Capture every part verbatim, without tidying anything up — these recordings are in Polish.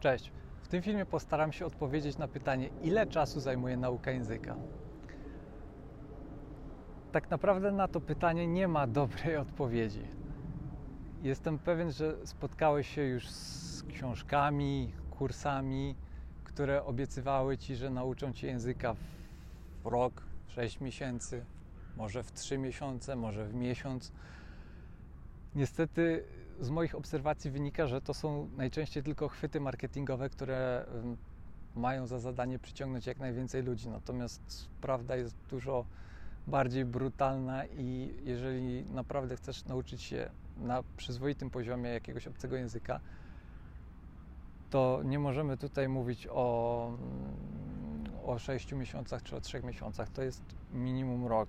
Cześć! W tym filmie postaram się odpowiedzieć na pytanie, ile czasu zajmuje nauka języka. Tak naprawdę na to pytanie nie ma dobrej odpowiedzi. Jestem pewien, że spotkałeś się już z książkami, kursami, które obiecywały Ci, że nauczą Cię języka w rok, w sześć miesięcy, może w trzy miesiące, może w miesiąc. Niestety z moich obserwacji wynika, że to są najczęściej tylko chwyty marketingowe, które mają za zadanie przyciągnąć jak najwięcej ludzi. Natomiast prawda jest dużo bardziej brutalna i jeżeli naprawdę chcesz nauczyć się na przyzwoitym poziomie jakiegoś obcego języka, to nie możemy tutaj mówić o, o sześciu miesiącach czy o trzech miesiącach. To jest minimum rok.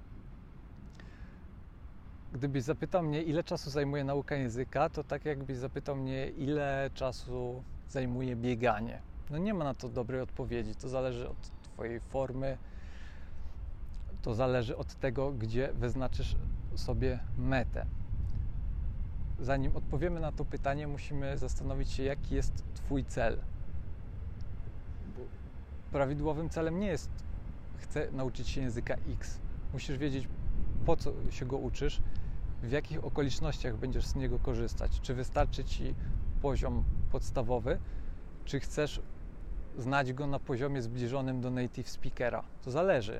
Gdybyś zapytał mnie, ile czasu zajmuje nauka języka, to tak jakbyś zapytał mnie, ile czasu zajmuje bieganie. No nie ma na to dobrej odpowiedzi. To zależy od Twojej formy, to zależy od tego, gdzie wyznaczysz sobie metę. Zanim odpowiemy na to pytanie, musimy zastanowić się, jaki jest Twój cel. Bo prawidłowym celem nie jest chcę nauczyć się języka X. Musisz wiedzieć, po co się go uczysz, w jakich okolicznościach będziesz z niego korzystać. Czy wystarczy Ci poziom podstawowy, czy chcesz znać go na poziomie zbliżonym do native speakera. To zależy.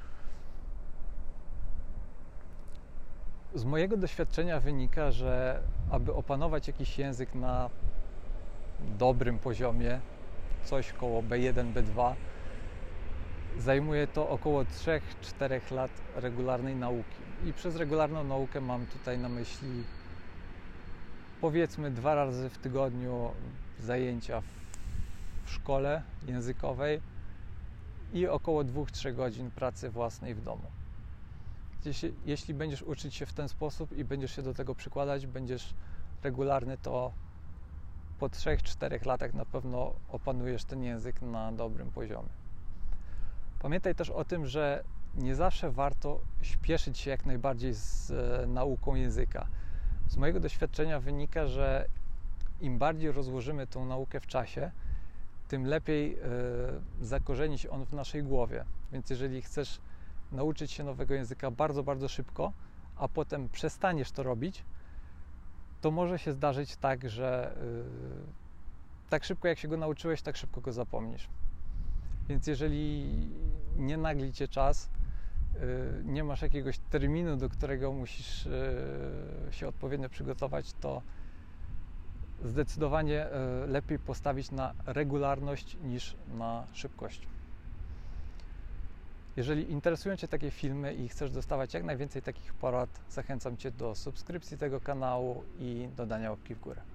Z mojego doświadczenia wynika, że aby opanować jakiś język na dobrym poziomie, coś koło B jeden, B dwa, zajmuje to około trzy do czterech lat regularnej nauki. I przez regularną naukę mam tutaj na myśli powiedzmy dwa razy w tygodniu zajęcia w szkole językowej i około dwóch do trzech godzin pracy własnej w domu. Jeśli, jeśli będziesz uczyć się w ten sposób i będziesz się do tego przykładać, będziesz regularny, to po trzech do czterech latach na pewno opanujesz ten język na dobrym poziomie. Pamiętaj też o tym, że nie zawsze warto śpieszyć się jak najbardziej z e, nauką języka. Z mojego doświadczenia wynika, że im bardziej rozłożymy tą naukę w czasie, tym lepiej e, zakorzeni się on w naszej głowie. Więc jeżeli chcesz nauczyć się nowego języka bardzo, bardzo szybko, a potem przestaniesz to robić, to może się zdarzyć tak, że e, tak szybko jak się go nauczyłeś, tak szybko go zapomnisz. Więc jeżeli nie nagli Cię czas, nie masz jakiegoś terminu, do którego musisz się odpowiednio przygotować, to zdecydowanie lepiej postawić na regularność niż na szybkość. Jeżeli interesują Cię takie filmy i chcesz dostawać jak najwięcej takich porad, zachęcam Cię do subskrypcji tego kanału i dodania łapki w górę.